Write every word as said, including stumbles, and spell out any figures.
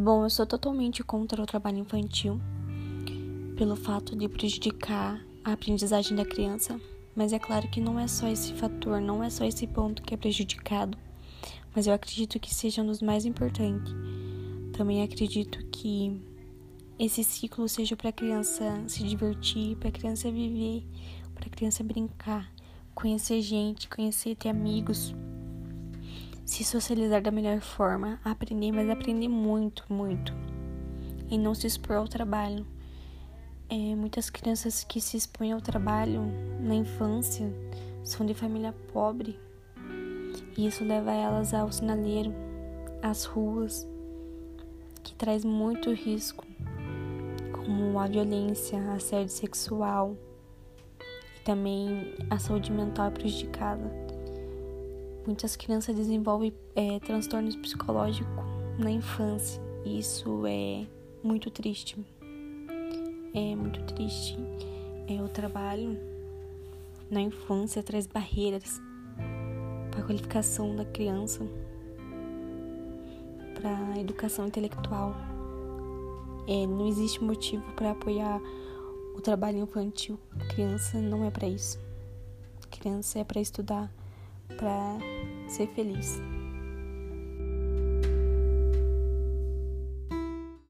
Bom, eu sou totalmente contra o trabalho infantil, pelo fato de prejudicar a aprendizagem da criança, mas é claro que não é só esse fator, não é só esse ponto que é prejudicado, mas eu acredito que seja um dos mais importantes. Também acredito que esse ciclo seja para a criança se divertir, para a criança viver, para a criança brincar, conhecer gente, conhecer, ter amigos, se socializar da melhor forma, aprender, mas aprender muito, muito, e não se expor ao trabalho. É, muitas crianças que se expõem ao trabalho na infância são de família pobre, e isso leva elas ao sinaleiro, às ruas, que traz muito risco, como a violência, a assédio sexual, e também a saúde mental é prejudicada. Muitas crianças desenvolvem é, transtornos psicológicos na infância, e isso é muito triste. É muito triste. É, o trabalho na infância traz barreiras para a qualificação da criança, para a educação intelectual. É, não existe motivo para apoiar o trabalho infantil. Criança não é para isso. Criança é para estudar, para ser feliz.